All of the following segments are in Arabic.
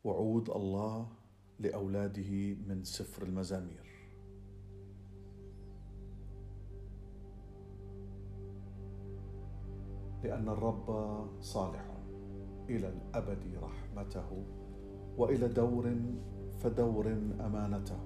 وعود الله لأولاده من سفر المزامير. لأن الرب صالح، إلى الأبد رحمته، وإلى دور فدور أمانته.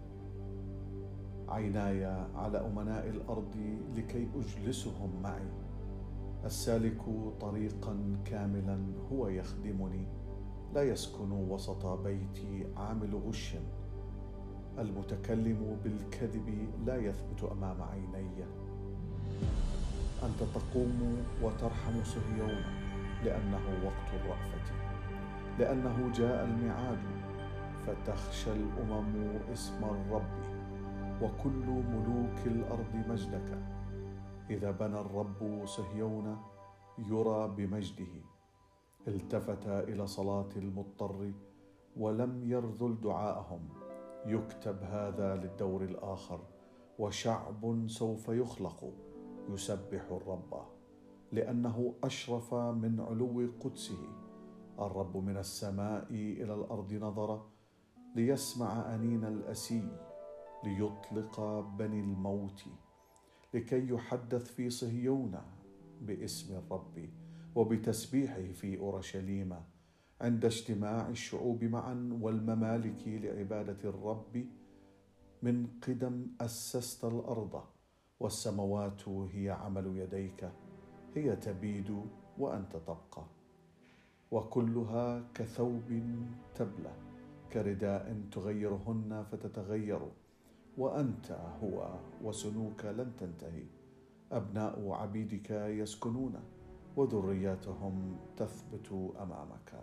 عيناي على أمناء الأرض لكي أجلسهم معي. السالك طريقا كاملا هو يخدمني، لا يسكن وسط بيتي عامل غش. المتكلم بالكذب لا يثبت أمام عيني. أنت تقوم وترحم صهيون، لأنه وقت الرأفة، لأنه جاء الميعاد، فتخشى الأمم اسم الرب، وكل ملوك الأرض مجدك. إذا بنى الرب صهيون يرى بمجده. التفت إلى صلاة المضطر ولم يرذل دعاءهم. يكتب هذا للدور الآخر، وشعب سوف يخلق يسبح الرب، لأنه أشرف من علو قدسه. الرب من السماء إلى الأرض نظر، ليسمع أنين الأسي، ليطلق بني الموت، لكي يحدث في صهيون باسم الرب وبتسبيحه في أورشليم، عند اجتماع الشعوب معا والممالك لعبادة الرب. من قدم أسست الأرض، والسماوات هي عمل يديك. هي تبيد وأنت تبقى، وكلها كثوب تبلى، كرداء تغيرهن فتتغير. وأنت هو وسنوك لن تنتهي. أبناء عبيدك يسكنون، وذرياتهم تثبت أمامك.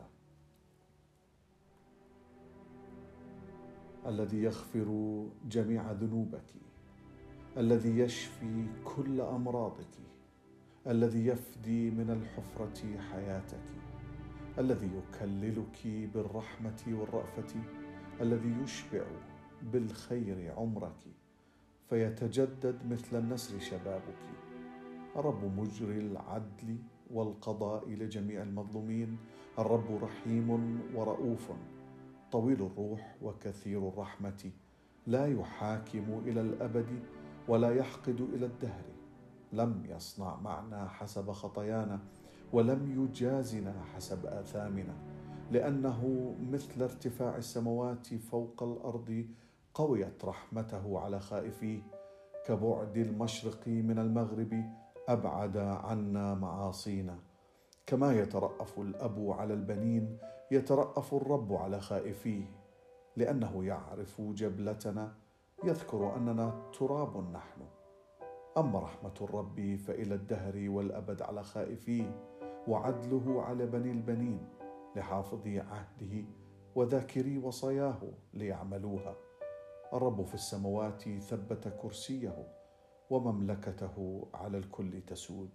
الذي يغفر جميع ذنوبك، الذي يشفي كل أمراضك، الذي يفدي من الحفرة حياتك، الذي يكللك بالرحمة والرأفة، الذي يشبع بالخير عمرك، فيتجدد مثل النسر شبابك. الرب مجري العدل والقضاء لجميع المظلومين. الرب رحيم ورؤوف، طويل الروح وكثير الرحمة، لا يحاكم إلى الأبد ولا يحقد إلى الدهر. لم يصنع معنا حسب خطايانا، ولم يجازنا حسب آثامنا. لأنه مثل ارتفاع السماوات فوق الأرض، قويت رحمته على خائفيه. كبعد المشرق من المغرب، أبعد عنا معاصينا. كما يترأف الأب على البنين، يترأف الرب على خائفيه. لأنه يعرف جبلتنا، يذكر أننا تراب نحن. أما رحمة الرب فإلى الدهر والأبد على خائفيه، وعدله على بني البنين، لحافظي عهده وذاكري وصاياه ليعملوها. الرب في السماوات ثبت كرسيه، ومملكته على الكل تسود.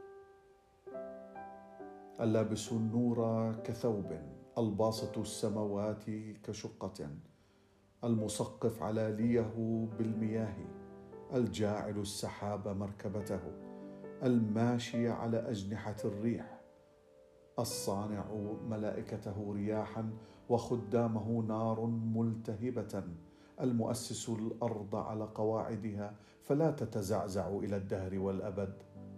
اللابس النور كثوب، الباسط السماوات كشقة، المسقف علاليه بالمياه، الجاعل السحاب مركبته، الماشي على أجنحة الريح، الصانع ملائكته رياحا وخدامه نار ملتهبة، المؤسس الأرض على قواعدها فلا تتزعزع إلى الدهر والأبد.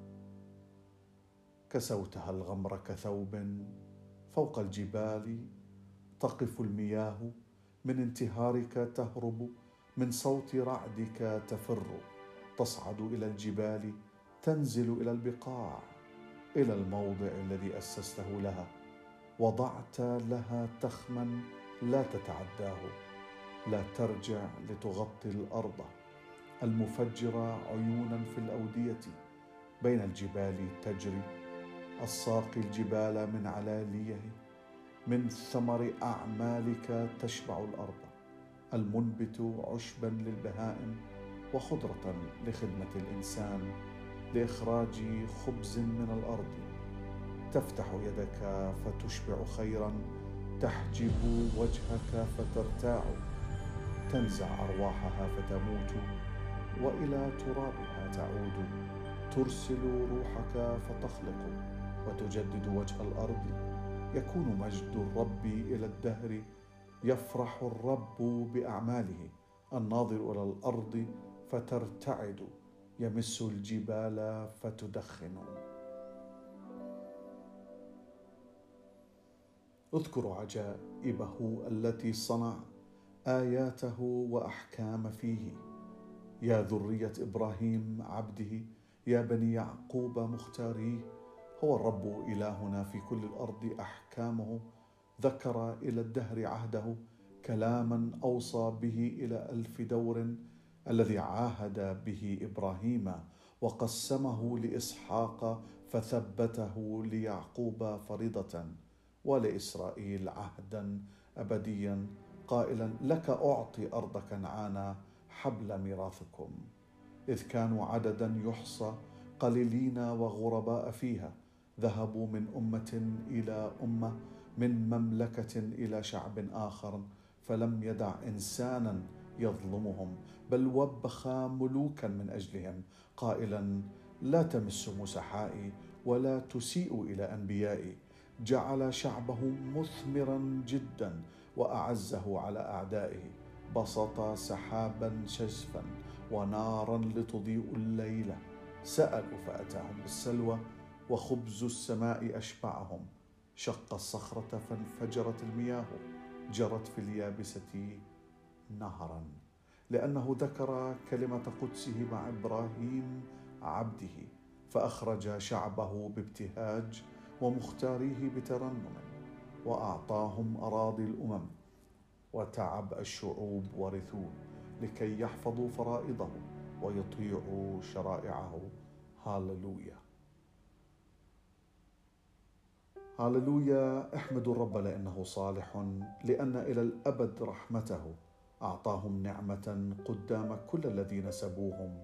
كسوتها الغمر كثوب، فوق الجبال تقف المياه. من انتهارك تهرب، من صوت رعدك تفر. تصعد إلى الجبال، تنزل إلى البقاع، إلى الموضع الذي أسسته لها. وضعت لها تخما لا تتعداه، لا ترجع لتغطي الأرض. المفجرة عيونا في الأودية، بين الجبال تجري. الساقي الجبال من علاليه، من ثمر أعمالك تشبع الأرض. المنبت عشبا للبهائم، وخضرة لخدمة الإنسان، لإخراج خبز من الأرض. تفتح يدك فتشبع خيرا، تحجب وجهك فترتاع. تنزع أرواحها فتموت، وإلى ترابها تعود. ترسل روحك فتخلق، وتجدد وجه الأرض. يكون مجد الرب إلى الدهر. يفرح الرب بأعماله. الناظر إلى الأرض فترتعد، يمس الجبال فتدخن. اذكروا عجائبه التي صنع، آياته وأحكام فيه. يا ذرية إبراهيم عبده، يا بني يعقوب مختاريه. هو الرب إلهنا في كل الأرض، أحكامه ذكر إلى الدهر عهده. كلاما أوصى به إلى 1000 دور، الذي عاهد به إبراهيم وقسمه لإسحاق، فثبته ليعقوب فريضة ولإسرائيل عهدا أبديا، قائلا: لك أعطي أرض كنعان حبل ميراثكم. إذ كانوا عددا يحصى، قليلين وغرباء فيها، ذهبوا من أمة إلى أمة، من مملكة إلى شعب آخر، فلم يدع إنسانا يظلمهم، بل وبخ ملوكا من أجلهم، قائلا: لا تمسوا مسحائي ولا تسيئوا إلى أنبيائي. جعل شعبه مثمرا جدا وأعزه على أعدائه. بسط سحابا شزفا ونارا لتضيء الليل. سألوا فأتاهم بالسلوى، وخبز السماء أشبعهم. شق الصخرة فانفجرت المياه، جرت في اليابسة نهرا، لأنه ذكر كلمة قدسه مع إبراهيم عبده، فأخرج شعبه بابتهاج ومختاريه بترنم، وأعطاهم أراضي الأمم وتعب الشعوب ورثوه، لكي يحفظوا فرائضه ويطيعوا شرائعه. هاللويا هاللويا. احمدوا الرب لأنه صالح، لأن إلى الأبد رحمته. أعطاهم نعمة قدام كل الذين سبوهم.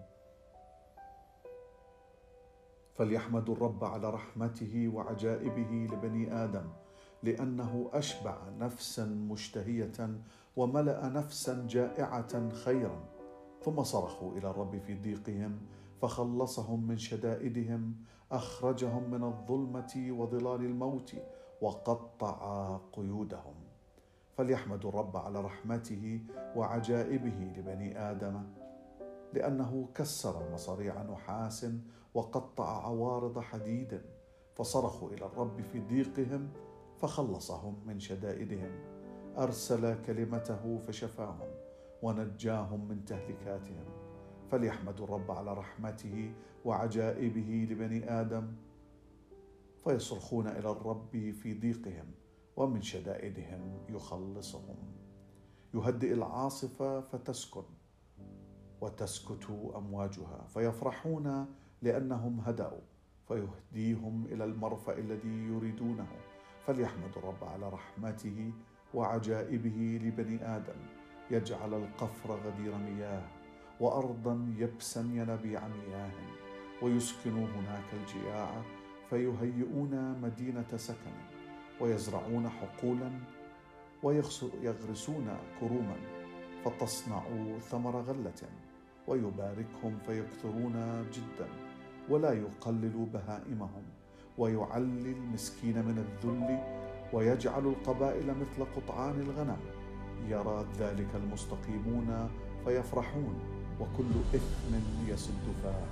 فليحمدوا الرب على رحمته وعجائبه لبني آدم، لأنه أشبع نفسا مشتهية وملأ نفسا جائعة خيرا. ثم صرخوا إلى الرب في ضيقهم، فخلصهم من شدائدهم. أخرجهم من الظلمة وظلال الموت، وقطع قيودهم. فليحمدوا الرب على رحمته وعجائبه لبني آدم، لأنه كسر مصاريع نحاس وقطع عوارض حديد. فصرخوا إلى الرب في ضيقهم، فخلصهم من شدائدهم. أرسل كلمته فشفاهم، ونجاهم من تهلكاتهم. فليحمدوا الرب على رحمته وعجائبه لبني آدم. فيصرخون إلى الرب في ضيقهم، ومن شدائدهم يخلصهم. يهدئ العاصف فتسكن، وتسكت أمواجها. فيفرحون لأنهم هدأوا، فيهديهم إلى المرفأ الذي يريدونه. فليحمدوا الرب على رحمته وعجائبه لبني آدم. يجعل القفر غدير مياه، وأرضا يبسا ينابيع مياه. ويسكن هناك الجياع، فيهيئون مدينة سكن. ويزرعون حقولا ويغرسون كروما، فتصنع ثمر غلة. ويباركهم فيكثرون جدا، ولا يقلل بهائمهم. ويعلي المسكين من الذل، ويجعل القبائل مثل قطعان الغنم. يرى ذلك المستقيمون فيفرحون، وكل إثم يسد فاه.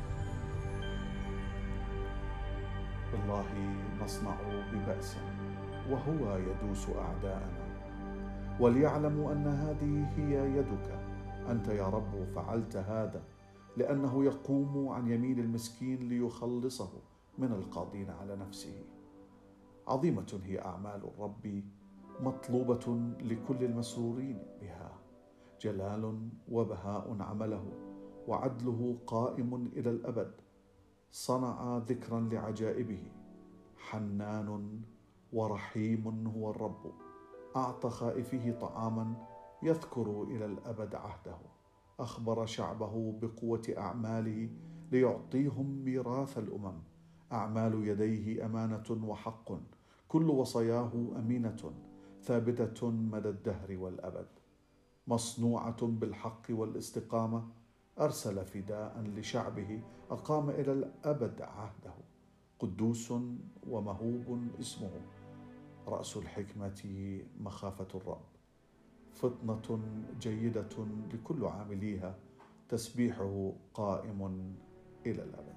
بالله نصنع ببأس، وهو يدوس أعداءنا. وليعلموا أن هذه هي يدك، أنت يا رب فعلت هذا، لأنه يقوم عن يمين المسكين ليخلصه من القاضين على نفسه. عظيمة هي أعمال الرب، مطلوبة لكل المسرورين بها. جلال وبهاء عمله، وعدله قائم إلى الأبد. صنع ذكرا لعجائبه. حنان ورحيم هو الرب، أعطى خائفيه طعاما، يذكر إلى الأبد عهده. أخبر شعبه بقوة أعماله، ليعطيهم ميراث الأمم. أعمال يديه أمانة وحق، كل وصاياه أمينة، ثابتة مدى الدهر والأبد. مصنوعة بالحق والاستقامة. أرسل فداء لشعبه، أقام إلى الأبد عهده. قدوس ومهوب اسمه، رأس الحكمة مخافة الرب، فطنة جيدة لكل عامليها، تسبيحه قائم إلى الأبد.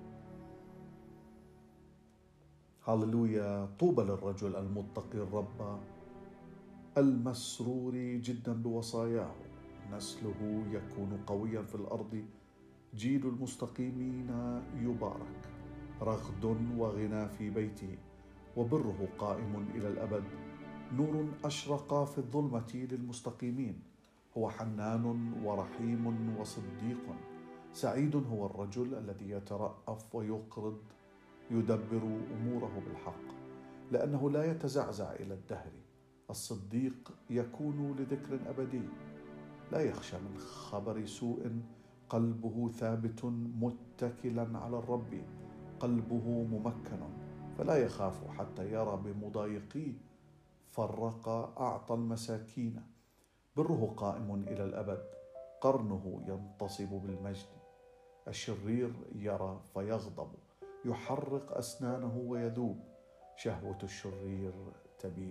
هللويا. طوبى للرجل المتقي الرب المسرور جدا بوصاياه، نسله يكون قويا في الأرض، جيل المستقيمين يبارك. رغد وغنى في بيته، وبره قائم إلى الأبد. نور أشرق في الظلمة للمستقيمين. هو حنان ورحيم وصديق. سعيد هو الرجل الذي يترأف ويقرض، يدبر أموره بالحق، لأنه لا يتزعزع إلى الدهر. الصديق يكون لذكر أبدي، لا يخشى من خبر سوء. قلبه ثابت متكلا على الرب، قلبه ممكن فلا يخاف حتى يرى بمضايقيه. فرق أعطى المساكين، بره قائم إلى الأبد. قرنه ينتصب بالمجد. الشرير يرى فيغضب، يحرق أسنانه ويذوب. شهوة الشرير تبيد.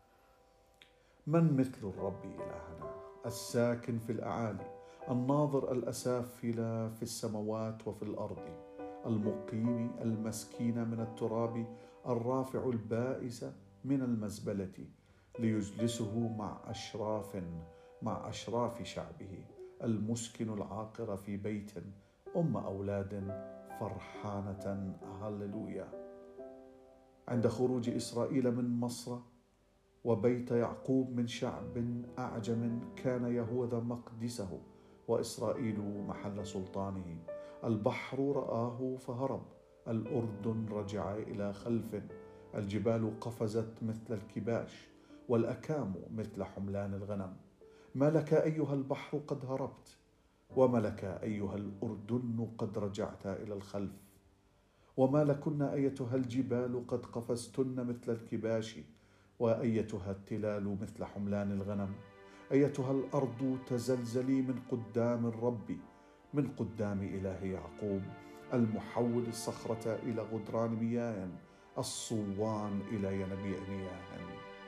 من مثل الرب إلهنا الساكن في الأعالي، الناظر الأسافل في السماوات وفي الأرض، المقيم المسكين من التراب، الرافع البائس من المزبلة، ليجلسه مع أشراف شعبه، المسكن العاقر في بيت أم أولاد فرحانة. هللويا. عند خروج إسرائيل من مصر وبيت يعقوب من شعب أعجم، كان يهوذا مقدسه وإسرائيل محل سلطانه. البحر رآه فهرب، الأردن رجع إلى خلف. الجبال قفزت مثل الكباش، والأكام مثل حملان الغنم. ما لك أيها البحر قد هربت، وما لك أيها الأردن قد رجعت إلى الخلف. وما لكن أيتها الجبال قد قفزتن مثل الكباش، وأيتها التلال مثل حملان الغنم. أيتها الأرض تزلزلي من قدام الرب، من قدام إله يعقوب، المحول الصخرة إلى غدران مياه، الصوان إلى ينابيع مياه.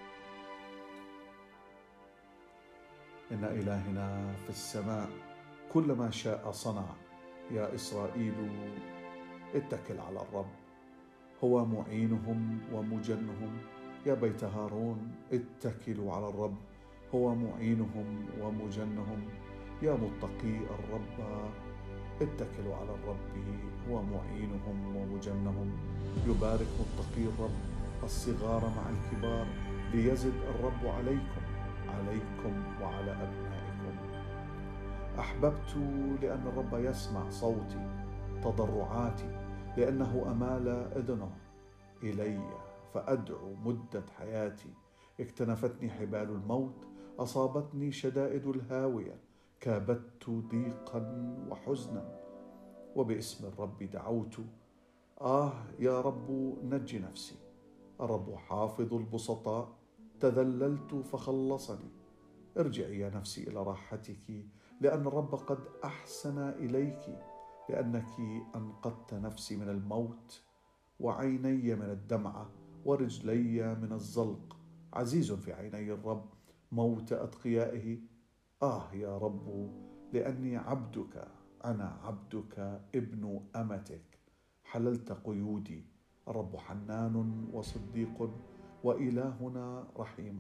إن إلهنا في السماء كل ما شاء صنع. يا إسرائيل اتكل على الرب، هو معينهم ومجنهم. يا بيت هارون اتكلوا على الرب، هو معينهم ومجنهم. يا متقي الرب اتكلوا على الرب، هو معينهم ومجنهم. يبارك متقي الرب الصغار مع الكبار، ليزد الرب عليكم وعلى أبنائكم. أحببت لأن الرب يسمع صوتي، تضرعاتي، لأنه أمال إذنه إلي فأدعو مدة حياتي. اكتنفتني حبال الموت، أصابتني شدائد الهاوية، كابدت ضيقا وحزنا، وباسم الرب دعوت. يا رب نج نفسي. الرب حافظ البسطاء، تذللت فخلصني. ارجعي يا نفسي إلى راحتك، لأن الرب قد أحسن إليك. لأنك أنقذت نفسي من الموت، وعيني من الدمعة، ورجلي من الزلق. عزيز في عيني الرب موت أتقيائه. يا رب، لأني عبدك، أنا عبدك ابن أمتك، حللت قيودي. الرب حنان وصديق، وإلهنا رحيم.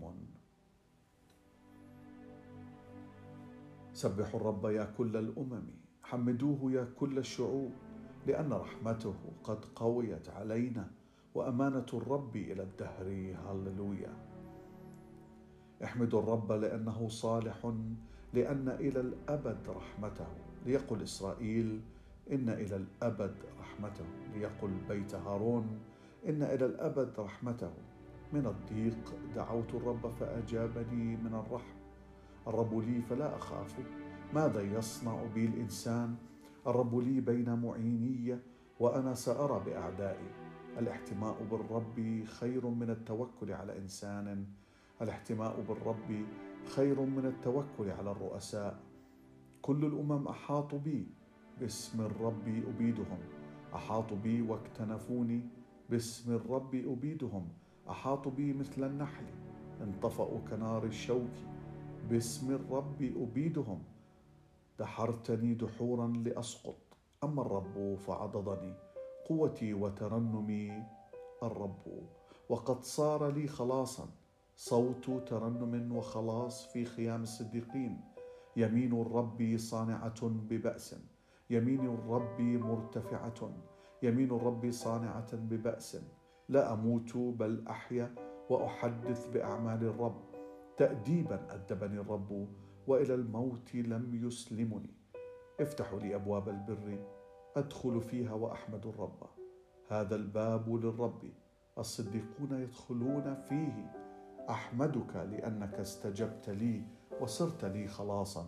سبحوا الرب يا كل الأمم، حمدوه يا كل الشعوب، لأن رحمته قد قويت علينا، وأمانة الرب إلى الدهر. هللويا. احمدوا الرب لأنه صالح، لأن إلى الأبد رحمته. ليقل إسرائيل إن إلى الأبد رحمته، ليقل بيت هارون إن إلى الأبد رحمته. من الضيق دعوت الرب فأجابني من الرحم. الرب لي فلا أخاف، ماذا يصنع بي الإنسان؟ الرب لي بين معيني، وأنا سأرى بأعدائي. الاحتماء بالرب خير من التوكل على إنسان. الاحتماء بالرب خير من التوكل على الرؤساء. كل الأمم أحاطوا بي، باسم الرب أبيدهم. أحاطوا بي واكتنفوني، باسم الرب أبيدهم. أحاطوا بي مثل النحل، انطفأوا كنار الشوك، باسم الرب أبيدهم. دحرتني دحورا لأسقط، أما الرب فعضدني. قوتي وترنمي الرب، وقد صار لي خلاصا. صوت ترنم وخلاص في خيام الصديقين. يمين الرب صانعة ببأس، يمين الرب مرتفعة، يمين الرب صانعة ببأس. لا أموت بل أحيا وأحدث بأعمال الرب. تأديبا أدبني الرب، وإلى الموت لم يسلمني. افتحوا لي أبواب البر، أدخل فيها وأحمد الرب. هذا الباب للرب، الصديقون يدخلون فيه. أحمدك لأنك استجبت لي وصرت لي خلاصا.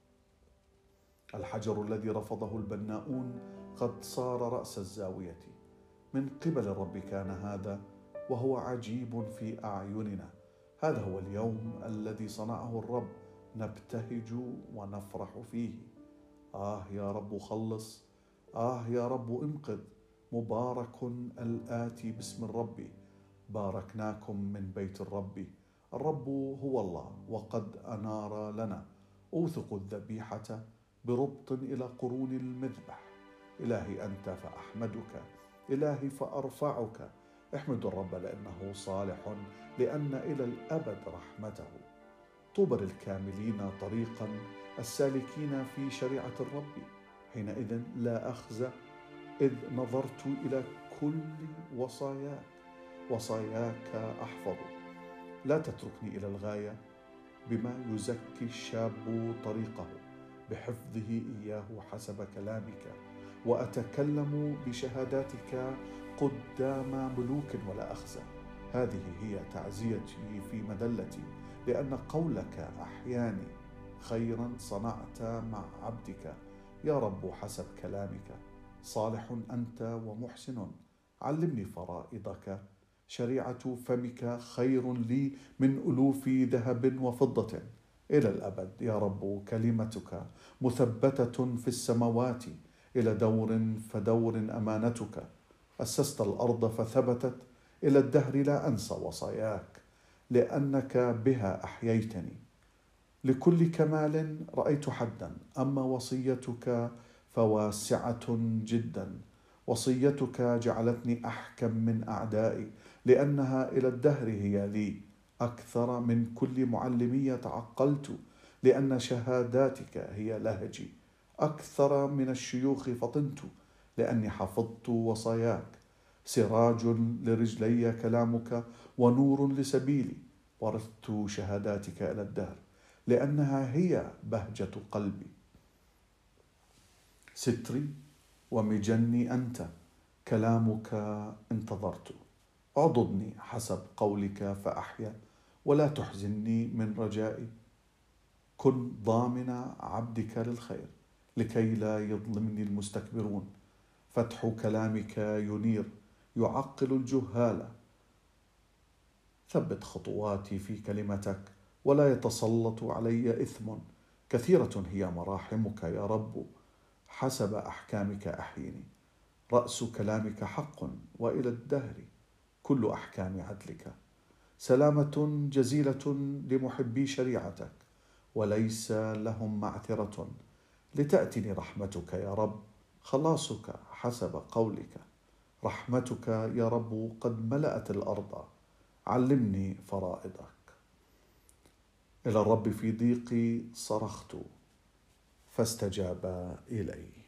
الحجر الذي رفضه البناؤون قد صار رأس الزاوية. من قبل الرب كان هذا، وهو عجيب في أعيننا. هذا هو اليوم الذي صنعه الرب، نبتهج ونفرح فيه. يا رب خلص، يا رب انقذ. مبارك الآتي باسم الرب. باركناكم من بيت الرب. الرب هو الله وقد أنار لنا. أوثق الذبيحة بربط إلى قرون المذبح. إلهي أنت فأحمدك، إلهي فأرفعك. احمدوا الرب لأنه صالح، لأن إلى الأبد رحمته. طوبى للكاملين طريقا، السالكين في شريعة الرب. حينئذ لا أخزى، إذ نظرت إلى كل وصاياك. وصاياك أحفظ. لا تتركني إلى الغاية، بما يزكي الشاب طريقه، بحفظه إياه حسب كلامك. وأتكلم بشهاداتك قدام ملوك ولا أخزى. هذه هي تعزيتي في مذلتي، لأن قولك أحياني. خيرا صنعت مع عبدك يا رب حسب كلامك. صالح أنت ومحسن، علمني فرائضك. شريعة فمك خير لي من ألوف ذهب وفضة. إلى الأبد يا رب كلمتك مثبتة في السماوات. إلى دور فدور أمانتك. أسست الأرض فثبتت، إلى الدهر لا أنسى وصاياك، لأنك بها أحييتني. لكل كمال رأيت حدا، أما وصيتك فواسعة جدا. وصيتك جعلتني أحكم من أعدائي، لأنها إلى الدهر هي لي. أكثر من كل معلمي تعقلت، لأن شهاداتك هي لهجي. أكثر من الشيوخ فطنت، لأني حفظت وصاياك. سراج لرجلي كلامك، ونور لسبيلي. ورثت شهاداتك إلى الدهر، لأنها هي بهجة قلبي. ستري ومجني أنت، كلامك انتظرت. اعضدني حسب قولك فأحيا، ولا تحزني من رجائي. كن ضامن عبدك للخير، لكي لا يظلمني المستكبرون. فتح كلامك ينير، يعقل الجهال. ثبت خطواتي في كلمتك، ولا يتسلط علي إثم. كثيرة هي مراحمك يا رب، حسب أحكامك أحيني. رأس كلامك حق، وإلى الدهر كل أحكام عدلك. سلامة جزيلة لمحبي شريعتك، وليس لهم معثرة. لتأتني رحمتك يا رب، خلاصك حسب قولك. رحمتك يا رب قد ملأت الأرض، علمني فرائضك. إلى الرب في ضيقي صرخت، فاستجاب إلي.